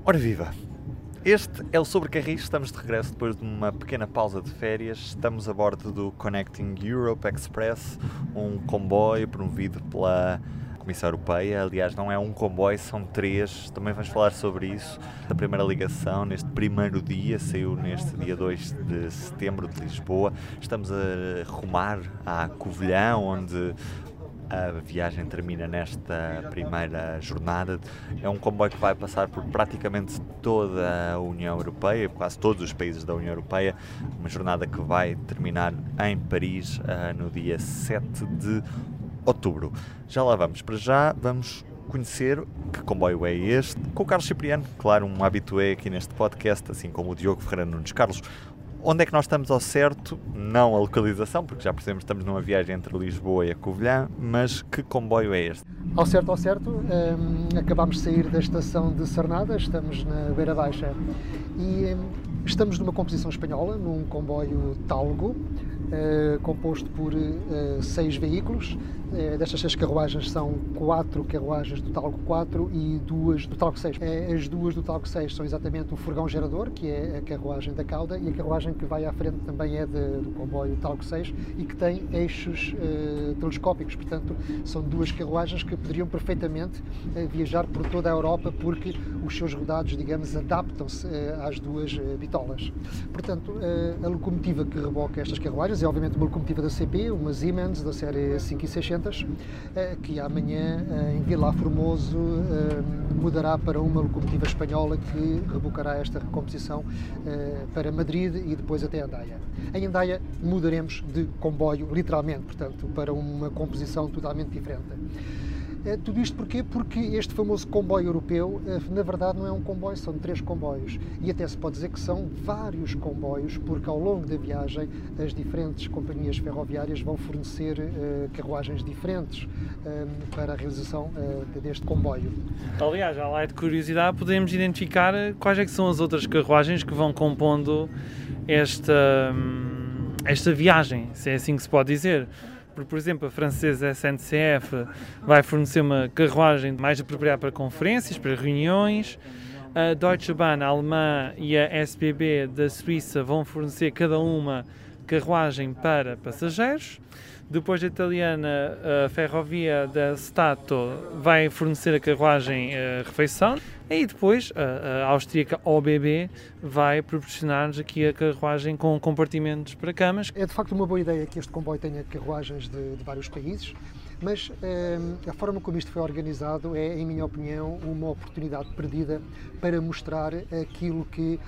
Ora viva! Este é o Sobrecarris, estamos de regresso depois de uma pequena pausa de férias. Estamos a bordo do Connecting Europe Express, um comboio promovido pela Comissão Europeia. Aliás, não é um comboio, são 3. Também vamos falar sobre isso. A primeira ligação, neste primeiro dia, saiu neste dia 2 de setembro de Lisboa. Estamos a rumar à Covilhã, onde a viagem termina nesta primeira jornada. É um comboio que vai passar por praticamente toda a União Europeia, quase todos os países da União Europeia. Uma jornada que vai terminar em Paris no dia 7 de outubro. Já lá vamos. Para já vamos conhecer que comboio é este, com o Carlos Cipriano, claro, um habitué aqui neste podcast, assim como o Diogo Ferreira Nunes. Carlos, onde é que nós estamos ao certo? Não a localização, porque já percebemos que estamos numa viagem entre Lisboa e a Covilhã, mas que comboio é este? Ao certo, acabámos de sair da estação de Cernada, estamos na Beira Baixa e estamos numa composição espanhola, num comboio Talgo, composto por 6 veículos. Destas 6 carruagens são 4 carruagens do Talgo 4 e 2 do Talgo 6. As 2 do Talgo 6 são exatamente o furgão gerador, que é a carruagem da cauda, e a carruagem que vai à frente também é do comboio Talgo 6 e que tem eixos telescópicos. Portanto, são 2 carruagens que poderiam perfeitamente viajar por toda a Europa, porque os seus rodados, digamos, adaptam-se às 2 bitolas. Portanto, a locomotiva que reboca estas carruagens é obviamente uma locomotiva da CP, uma Siemens da série 5600, que amanhã em Vila Formoso mudará para uma locomotiva espanhola que rebocará esta recomposição para Madrid e depois até Andaia. Em Andaia mudaremos de comboio, literalmente, portanto, para uma composição totalmente diferente. Tudo isto porquê? Porque este famoso comboio europeu, na verdade, não é um comboio, são 3 comboios. E até se pode dizer que são vários comboios, porque ao longo da viagem as diferentes companhias ferroviárias vão fornecer carruagens diferentes para a realização deste comboio. Aliás, à lá de curiosidade, podemos identificar quais é que são as outras carruagens que vão compondo esta viagem, se é assim que se pode dizer. Por exemplo, a francesa SNCF vai fornecer uma carruagem mais apropriada para conferências, para reuniões. A Deutsche Bahn, a alemã, e a SBB da Suíça vão fornecer cada uma carruagem para passageiros. Depois a italiana, a Ferrovia da Stato, vai fornecer a carruagem refeição. E depois a austríaca OBB vai proporcionar-nos aqui a carruagem com compartimentos para camas. É de facto uma boa ideia que este comboio tenha carruagens de vários países, mas a forma como isto foi organizado é, em minha opinião, uma oportunidade perdida para mostrar aquilo que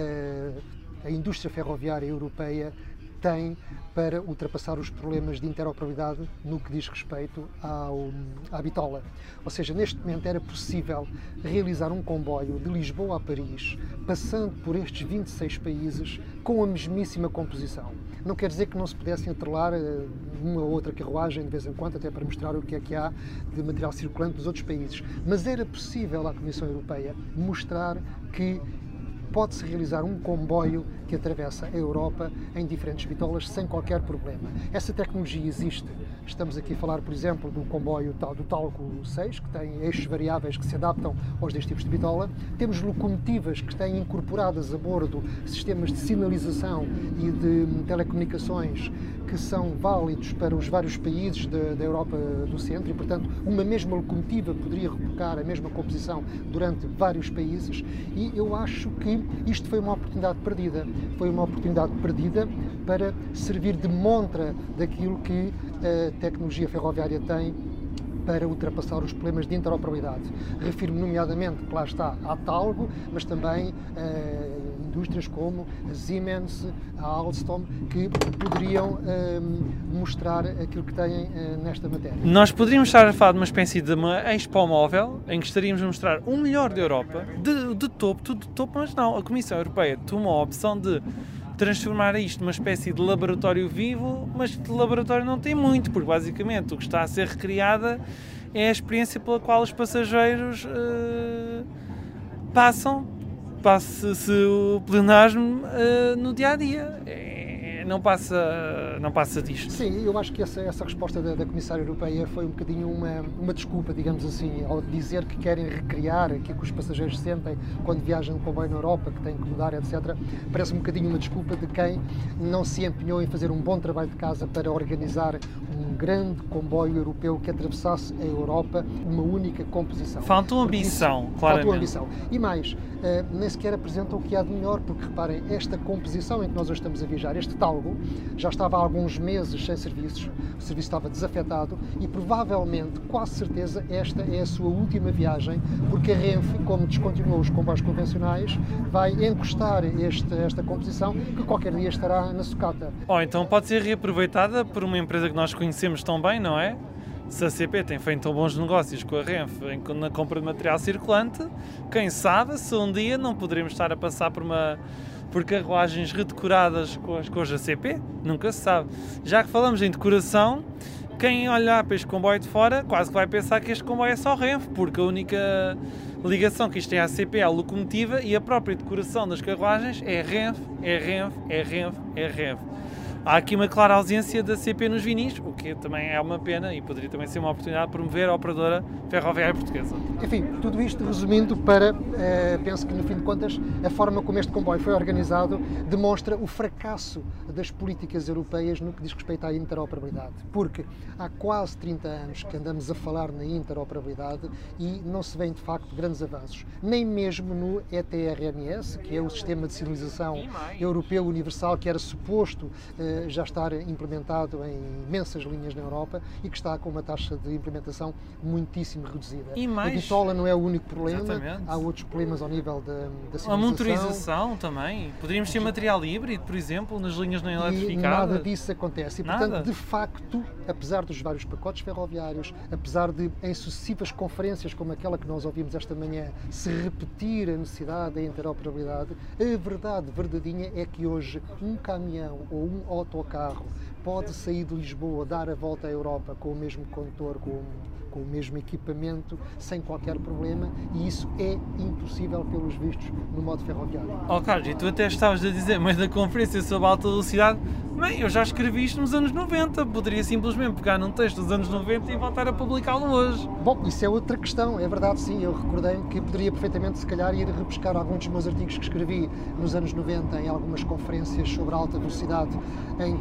a indústria ferroviária europeia tem para ultrapassar os problemas de interoperabilidade no que diz respeito à bitola. Ou seja, neste momento era possível realizar um comboio de Lisboa a Paris, passando por estes 26 países, com a mesmíssima composição. Não quer dizer que não se pudessem atrelar uma ou outra carruagem de vez em quando, até para mostrar o que é que há de material circulante dos outros países, mas era possível à Comissão Europeia mostrar que pode-se realizar um comboio que atravessa a Europa em diferentes bitolas sem qualquer problema. Essa tecnologia existe. Estamos aqui a falar, por exemplo, do comboio do Talgo 6, que tem eixos variáveis que se adaptam aos 2 tipos de bitola. Temos locomotivas que têm incorporadas a bordo sistemas de sinalização e de telecomunicações que são válidos para os vários países da Europa do Centro e, portanto, uma mesma locomotiva poderia rebocar a mesma composição durante vários países, e eu acho que isto foi uma oportunidade perdida. Foi uma oportunidade perdida para servir de montra daquilo que a tecnologia ferroviária tem para ultrapassar os problemas de interoperabilidade. Refiro-me nomeadamente, que lá está, à Talgo, mas também indústrias como a Siemens, a Alstom, que poderiam mostrar aquilo que têm nesta matéria. Nós poderíamos estar a falar de uma espécie de uma expo móvel, em que estaríamos a mostrar o melhor da Europa, de topo, tudo de topo, mas não, a Comissão Europeia tomou a opção de transformar isto numa espécie de laboratório vivo, mas de laboratório não tem muito, porque basicamente o que está a ser recriada é a experiência pela qual os passageiros passam, passe-se o pleonasmo, no dia-a-dia. não passa disto. Sim, eu acho que essa resposta da Comissária Europeia foi um bocadinho uma desculpa, digamos assim, ao dizer que querem recriar aquilo que os passageiros sentem quando viajam no comboio na Europa, que têm que mudar, etc. Parece um bocadinho uma desculpa de quem não se empenhou em fazer um bom trabalho de casa para organizar um grande comboio europeu que atravessasse a Europa uma única composição. Faltou ambição, claramente. Faltou ambição. E mais, nem sequer apresentam o que há de melhor, porque reparem, esta composição em que nós hoje estamos a viajar, este Talgo, já estava há alguns meses sem serviços, o serviço estava desafetado e provavelmente, quase certeza, esta é a sua última viagem, porque a Renfe, como descontinuou os comboios convencionais, vai encostar esta composição que qualquer dia estará na sucata. Ou então pode ser reaproveitada por uma empresa que nós conhecemos tão bem, não é? Se a CP tem feito tão bons negócios com a Renfe na compra de material circulante, quem sabe se um dia não poderemos estar a passar por carruagens redecoradas com as cores da CP? Nunca se sabe. Já que falamos em decoração, quem olhar para este comboio de fora quase que vai pensar que este comboio é só Renfe, porque a única ligação que isto tem à CP é a locomotiva e a própria decoração das carruagens é Renfe, é Renfe, é Renfe, é Renfe. Há aqui uma clara ausência da CP nos vinis, o que também é uma pena e poderia também ser uma oportunidade de promover a operadora ferroviária portuguesa. Enfim, tudo isto resumindo penso que no fim de contas, a forma como este comboio foi organizado demonstra o fracasso das políticas europeias no que diz respeito à interoperabilidade. Porque há quase 30 anos que andamos a falar na interoperabilidade e não se vêem de facto grandes avanços. Nem mesmo no ETRMS, que é o Sistema de Sinalização Europeu Universal, que era suposto já estar implementado em imensas linhas na Europa e que está com uma taxa de implementação muitíssimo reduzida. E mais, a bitola não é o único problema, exatamente. Há outros problemas ao nível da sinalização. A motorização também. Poderíamos ter material híbrido, por exemplo, nas linhas não eletrificadas. E nada disso acontece. E, portanto, de facto, apesar dos vários pacotes ferroviários, apesar de, em sucessivas conferências como aquela que nós ouvimos esta manhã, se repetir a necessidade da interoperabilidade, a verdade verdadeira é que hoje um caminhão ou um autocarro pode sair de Lisboa, dar a volta à Europa com o mesmo condutor, com o mesmo equipamento, sem qualquer problema, e isso é impossível pelos vistos no modo ferroviário. Oh Carlos, e tu até estavas a dizer, mas da conferência sobre a alta velocidade, bem, eu já escrevi isto nos anos 90, poderia simplesmente pegar num texto dos anos 90 e voltar a publicá-lo hoje. Bom, isso é outra questão, é verdade, sim, eu recordei-me que poderia perfeitamente, se calhar, ir repescar alguns dos meus artigos que escrevi nos anos 90 em algumas conferências sobre a alta velocidade em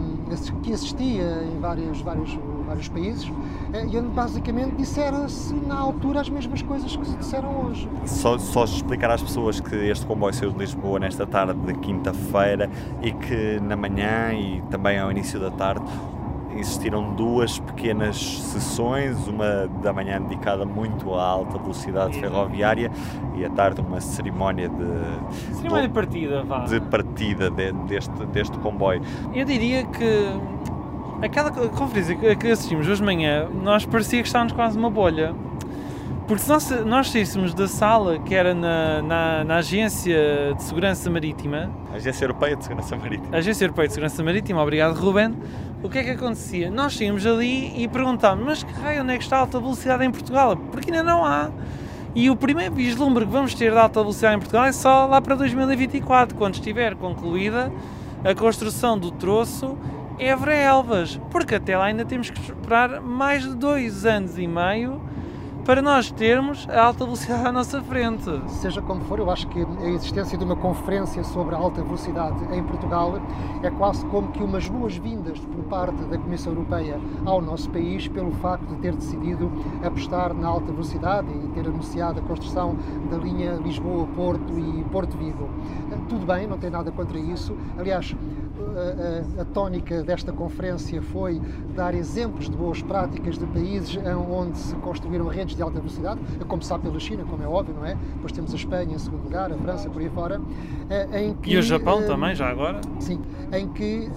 que assistia em vários países, e onde basicamente disseram-se na altura as mesmas coisas que se disseram hoje. Só explicar às pessoas que este comboio saiu de Lisboa nesta tarde de quinta-feira e que na manhã e também ao início da tarde existiram duas pequenas sessões, uma da manhã dedicada muito à alta velocidade ferroviária e à tarde uma cerimónia de partida, vá. De partida deste comboio. Eu diria que aquela conferência que assistimos hoje de manhã, nós parecia que estávamos quase numa bolha. Porque se nós saíssemos da sala que era na Agência de Segurança Marítima... Agência Europeia de Segurança Marítima. Agência Europeia de Segurança Marítima, obrigado Ruben. O que é que acontecia? Nós saímos ali e perguntámos, mas que raio, onde é que está a alta velocidade em Portugal? Porque ainda não há. E o primeiro vislumbre que vamos ter de alta velocidade em Portugal é só lá para 2024, quando estiver concluída a construção do troço Évora-Elvas. Porque até lá ainda temos que esperar mais de 2 anos e meio para nós termos a alta velocidade à nossa frente. Seja como for, eu acho que a existência de uma conferência sobre a alta velocidade em Portugal é quase como que umas boas-vindas por parte da Comissão Europeia ao nosso país pelo facto de ter decidido apostar na alta velocidade e ter anunciado a construção da linha Lisboa-Porto e Porto-Vigo. Tudo bem, não tem nada contra isso. Aliás, a tónica desta conferência foi dar exemplos de boas práticas de países onde se construíram redes de alta velocidade, a começar pela China, como é óbvio, não é? Depois temos a Espanha em segundo lugar, a França por aí fora. E o Japão também, já agora? Sim, em que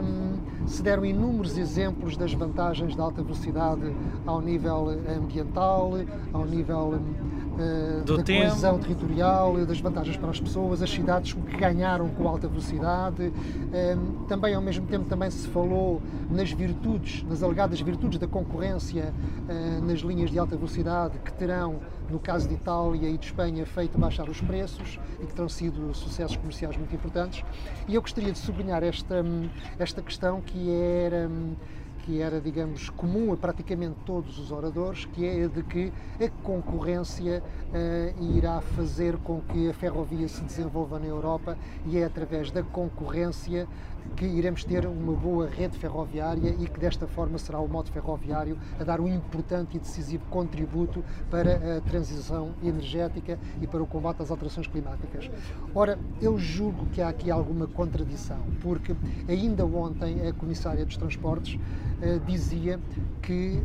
se deram inúmeros exemplos das vantagens da alta velocidade ao nível ambiental, ao nível da coesão territorial, das vantagens para as pessoas, as cidades que ganharam com alta velocidade. Também, ao mesmo tempo, também se falou nas virtudes, nas alegadas virtudes da concorrência nas linhas de alta velocidade, que terão, no caso de Itália e de Espanha, feito baixar os preços e que terão sido sucessos comerciais muito importantes. E eu gostaria de sublinhar esta questão que era, digamos, comum a praticamente todos os oradores, que é a de que a concorrência irá fazer com que a ferrovia se desenvolva na Europa, e é através da concorrência que iremos ter uma boa rede ferroviária e que desta forma será o modo ferroviário a dar um importante e decisivo contributo para a transição energética e para o combate às alterações climáticas. Ora, eu julgo que há aqui alguma contradição, porque ainda ontem a Comissária dos Transportes dizia que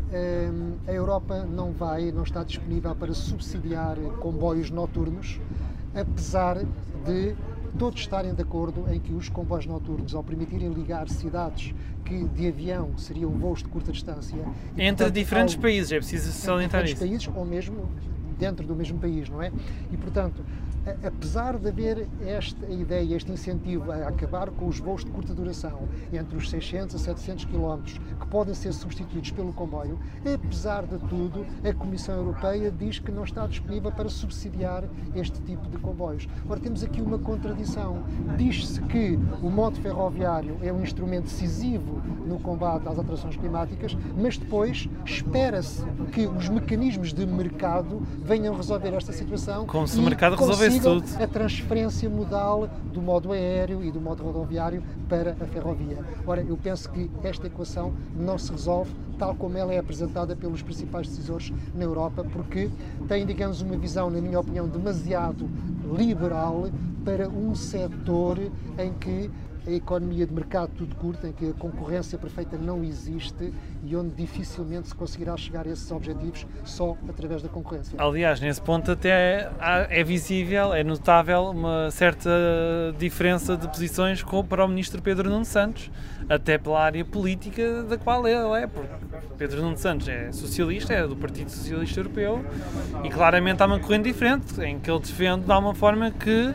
a Europa não está disponível para subsidiar comboios noturnos, apesar de todos estarem de acordo em que os comboios noturnos, ao permitirem ligar cidades que de avião seriam voos de curta distância... Entre diferentes países, é preciso salientar isso. Países, ou mesmo dentro do mesmo país, não é? E, portanto, apesar de haver esta ideia, este incentivo a acabar com os voos de curta duração entre os 600 a 700 km, que podem ser substituídos pelo comboio, apesar de tudo, a Comissão Europeia diz que não está disponível para subsidiar este tipo de comboios. Ora, temos aqui uma contradição. Diz-se que o modo ferroviário é um instrumento decisivo no combate às alterações climáticas, mas depois espera-se que os mecanismos de mercado venham resolver esta situação. Como se o mercado resolvesse tudo. A transferência modal do modo aéreo e do modo rodoviário para a ferrovia. Ora, eu penso que esta equação não se resolve tal como ela é apresentada pelos principais decisores na Europa, porque tem, digamos, uma visão, na minha opinião, demasiado liberal para um setor em que a economia de mercado tudo curto, em que a concorrência perfeita não existe e onde dificilmente se conseguirá chegar a esses objetivos só através da concorrência. Aliás, nesse ponto até é visível, é notável uma certa diferença de posições para o Ministro Pedro Nuno Santos, até pela área política da qual ele é, porque Pedro Nuno Santos é socialista, é do Partido Socialista Europeu, e claramente há uma corrente diferente, em que ele defende de alguma forma que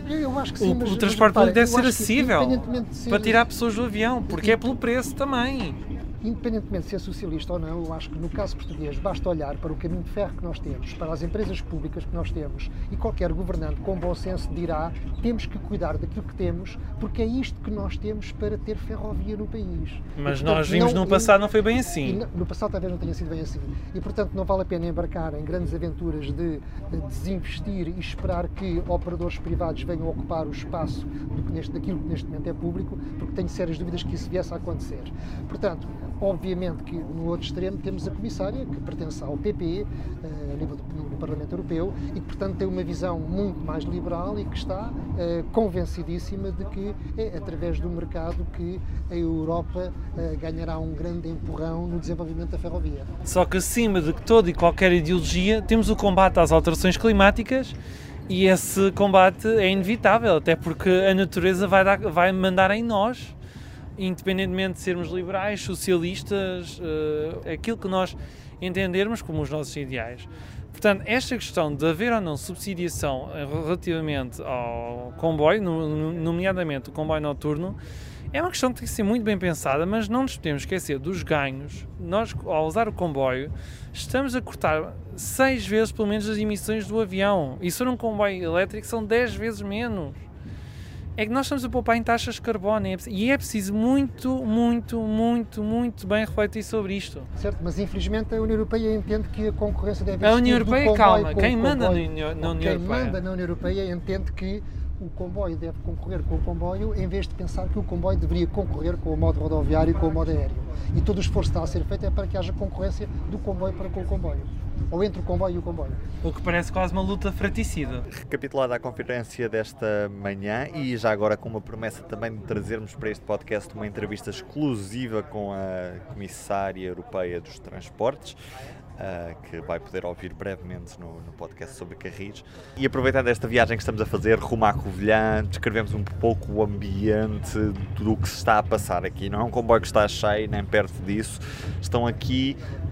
o transporte público deve ser acessível para tirar pessoas do avião, porque é pelo preço também. Independentemente de ser socialista ou não, eu acho que no caso português basta olhar para o caminho de ferro que nós temos, para as empresas públicas que nós temos, e qualquer governante com bom senso dirá: temos que cuidar daquilo que temos, porque é isto que nós temos para ter ferrovia no país. Mas nós vimos no passado não foi bem assim. No passado talvez não tenha sido bem assim. E portanto não vale a pena embarcar em grandes aventuras de desinvestir e esperar que operadores privados venham ocupar o espaço daquilo que neste momento é público, porque tenho sérias dúvidas que isso viesse a acontecer. Portanto, obviamente que no outro extremo temos a Comissária, que pertence ao PPE, a nível do Parlamento Europeu, e que portanto tem uma visão muito mais liberal e que está convencidíssima de que é através do mercado que a Europa ganhará um grande empurrão no desenvolvimento da ferrovia. Só que acima de toda e qualquer ideologia temos o combate às alterações climáticas, e esse combate é inevitável, até porque a natureza vai mandar em nós, independentemente de sermos liberais, socialistas, aquilo que nós entendermos como os nossos ideais. Portanto, esta questão de haver ou não subsidiação relativamente ao comboio, nomeadamente o comboio noturno, é uma questão que tem que ser muito bem pensada, mas não nos podemos esquecer dos ganhos. Nós, ao usar o comboio, estamos a cortar 6 vezes pelo menos as emissões do avião. E se for um comboio elétrico são 10 vezes menos. É que nós estamos a poupar em taxas de carbono e é preciso muito bem refletir sobre isto. Certo, mas infelizmente a União Europeia entende que a concorrência deve existir. A União Europeia, calma, quem manda na União Europeia? Quem manda na União Europeia entende que o comboio deve concorrer com o comboio, em vez de pensar que o comboio deveria concorrer com o modo rodoviário e com o modo aéreo. E todo o esforço que está a ser feito é para que haja concorrência do comboio para com o comboio. Ou entre o comboio e o comboio. O que parece quase uma luta fratricida. Recapitulada a conferência desta manhã, e já agora com uma promessa também de trazermos para este podcast uma entrevista exclusiva com a Comissária Europeia dos Transportes, que vai poder ouvir brevemente no podcast sobre Carris. E aproveitando esta viagem que estamos a fazer rumo à Covilhã, descrevemos um pouco o ambiente do que se está a passar aqui. Não é um comboio que está cheio, nem perto disso. Estão aqui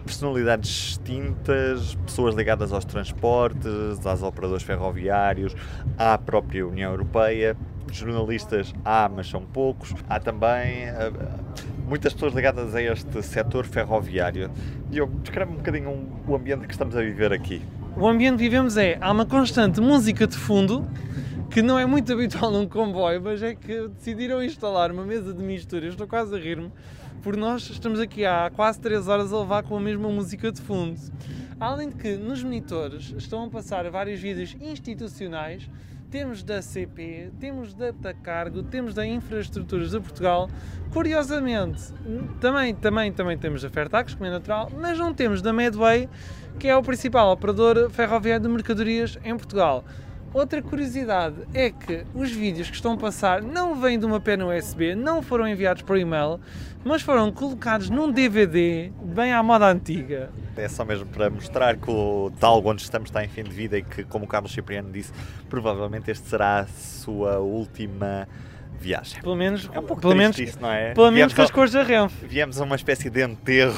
personalidades distintas, pessoas ligadas aos transportes, aos operadores ferroviários, à própria União Europeia. Jornalistas há, mas são poucos. Há também muitas pessoas ligadas a este setor ferroviário. Diogo, descreve um bocadinho o ambiente que estamos a viver aqui. O ambiente que vivemos há uma constante música de fundo, que não é muito habitual num comboio, mas é que decidiram instalar uma mesa de mistura. Eu estou quase a rir-me, porque nós estamos aqui há quase 3 horas a levar com a mesma música de fundo. Além de que nos monitores estão a passar vários vídeos institucionais. Temos da CP, temos da Tacargo, temos da Infraestruturas de Portugal. Curiosamente, também temos da Fertax, como é natural, mas não temos da Medway, que é o principal operador ferroviário de mercadorias em Portugal. Outra curiosidade é que os vídeos que estão a passar não vêm de uma pena USB, não foram enviados por e-mail, mas foram colocados num DVD, bem à moda antiga. É só mesmo para mostrar que o tal onde estamos está em fim de vida e que, como o Carlos Cipriano disse, provavelmente este será a sua última viagem. Pelo menos, é um pouco triste isso, não é? Pelo menos com as cores da Renfe. Viemos a uma espécie de enterro,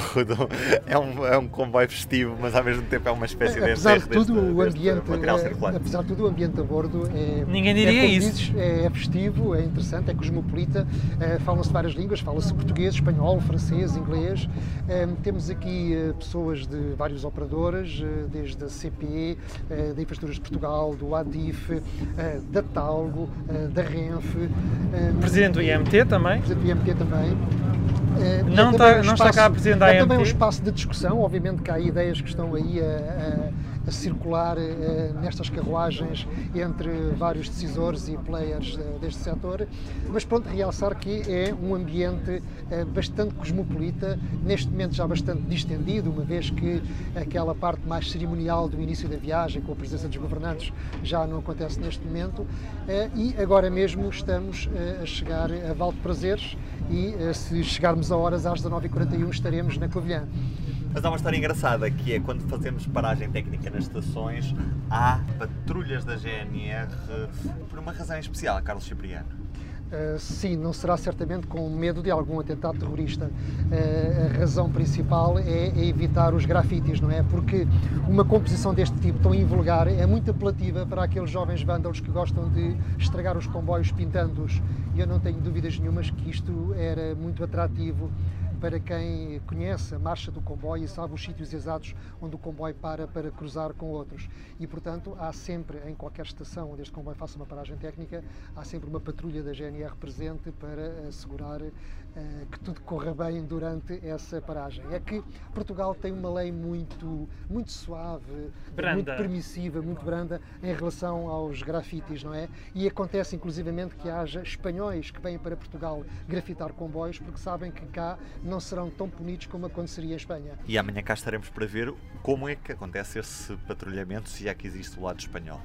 é um comboio festivo, mas ao mesmo tempo é uma espécie de enterro deste material circulante. Apesar de tudo, o ambiente a bordo Ninguém diria isso. Dizes, é festivo, é interessante, é cosmopolita, falam-se várias línguas, fala-se português, espanhol, francês, inglês. Temos aqui pessoas de vários operadores, desde a CP, da Infraestruturas de Portugal, do ADIF, da Talgo, da Renfe. Presidente do IMT também. Presidente do IMT também. Não está cá a Presidente da IMT. É também um espaço de discussão, obviamente que há ideias que estão aí a circular nestas carruagens entre vários decisores e players deste setor, mas pronto, realçar que é um ambiente bastante cosmopolita, neste momento já bastante distendido, uma vez que aquela parte mais cerimonial do início da viagem, com a presença dos governantes, já não acontece neste momento, e agora mesmo estamos a chegar a Val de Prazeres e se chegarmos a horas às 19h41 estaremos na Covilhã. Mas há uma história engraçada, que é quando fazemos paragem técnica nas estações, há patrulhas da GNR por uma razão especial, Carlos Cipriano. Sim, não será certamente com medo de algum atentado terrorista. A razão principal é evitar os grafites, não é? Porque uma composição deste tipo, tão invulgar, é muito apelativa para aqueles jovens vândalos que gostam de estragar os comboios pintando-os. E eu não tenho dúvidas nenhumas que isto era muito atrativo para quem conhece a marcha do comboio e sabe os sítios exatos onde o comboio para cruzar com outros. E, portanto, há sempre, em qualquer estação onde este comboio faça uma paragem técnica, há sempre uma patrulha da GNR presente para assegurar que tudo corra bem durante essa paragem. É que Portugal tem uma lei muito suave, branda, muito permissiva, muito branda em relação aos grafites, não é? E acontece, inclusivamente, que haja espanhóis que vêm para Portugal grafitar comboios porque sabem que cá não serão tão punidos como aconteceria em Espanha. E amanhã cá estaremos para ver como é que acontece esse patrulhamento, se é que existe o lado espanhol.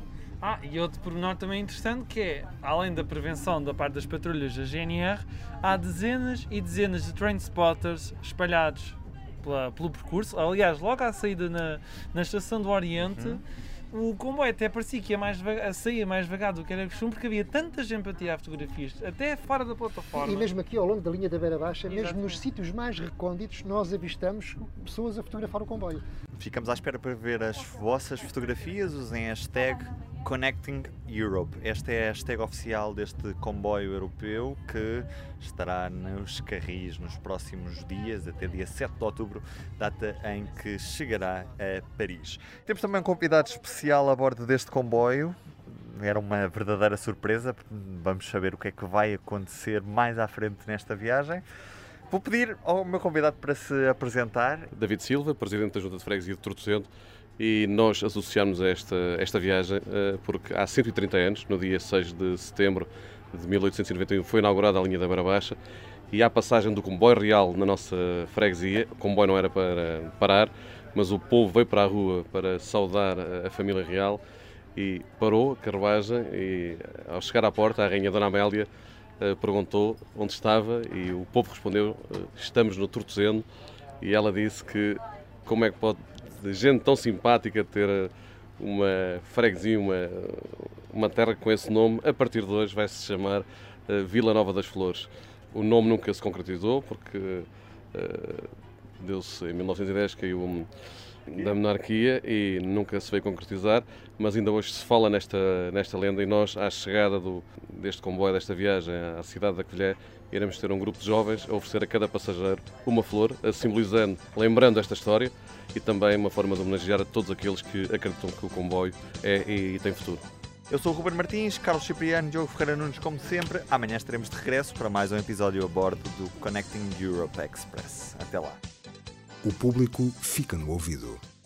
E outro pormenor também interessante que é, além da prevenção da parte das patrulhas da GNR, há dezenas e dezenas de train spotters espalhados pelo percurso. Aliás, logo à saída na estação do Oriente, o comboio até parecia que saía mais devagar do que era costume, porque havia tanta gente para tirar fotografias, até fora da plataforma. E mesmo aqui ao longo da linha da Beira Baixa, mesmo nos sítios mais recônditos, nós avistamos pessoas a fotografar o comboio. Ficamos à espera para ver as vossas fotografias, usem a hashtag Connecting Europe. Esta é a hashtag oficial deste comboio europeu que estará nos carris nos próximos dias, até dia 7 de outubro, data em que chegará a Paris. Temos também um convidado especial a bordo deste comboio. Era uma verdadeira surpresa, porque vamos saber o que é que vai acontecer mais à frente nesta viagem. Vou pedir ao meu convidado para se apresentar. David Silva, Presidente da Junta de Freguesia de Tortozendo, e nós associámos a esta viagem porque há 130 anos, no dia 6 de setembro de 1891, foi inaugurada a linha da Beira Baixa e há passagem do comboio real na nossa freguesia. O comboio não era para parar, mas o povo veio para a rua para saudar a família real e parou a carruagem e, ao chegar à porta, a Rainha Dona Amélia perguntou onde estava e o povo respondeu: estamos no Tortozendo. E ela disse que como é que pode gente tão simpática ter uma freguesia, uma terra com esse nome. A partir de hoje vai-se chamar Vila Nova das Flores. O nome nunca se concretizou porque deu-se em 1910, caiu da monarquia e nunca se veio concretizar, mas ainda hoje se fala nesta lenda, e nós, à chegada deste comboio, desta viagem à cidade da Covilhã, iremos ter um grupo de jovens a oferecer a cada passageiro uma flor, simbolizando, lembrando esta história, e também uma forma de homenagear a todos aqueles que acreditam que o comboio é e tem futuro. Eu sou o Ruben Martins, Carlos Cipriano, Diogo Ferreira Nunes, como sempre. Amanhã estaremos de regresso para mais um episódio a bordo do Connecting Europe Express. Até lá. O público fica no ouvido.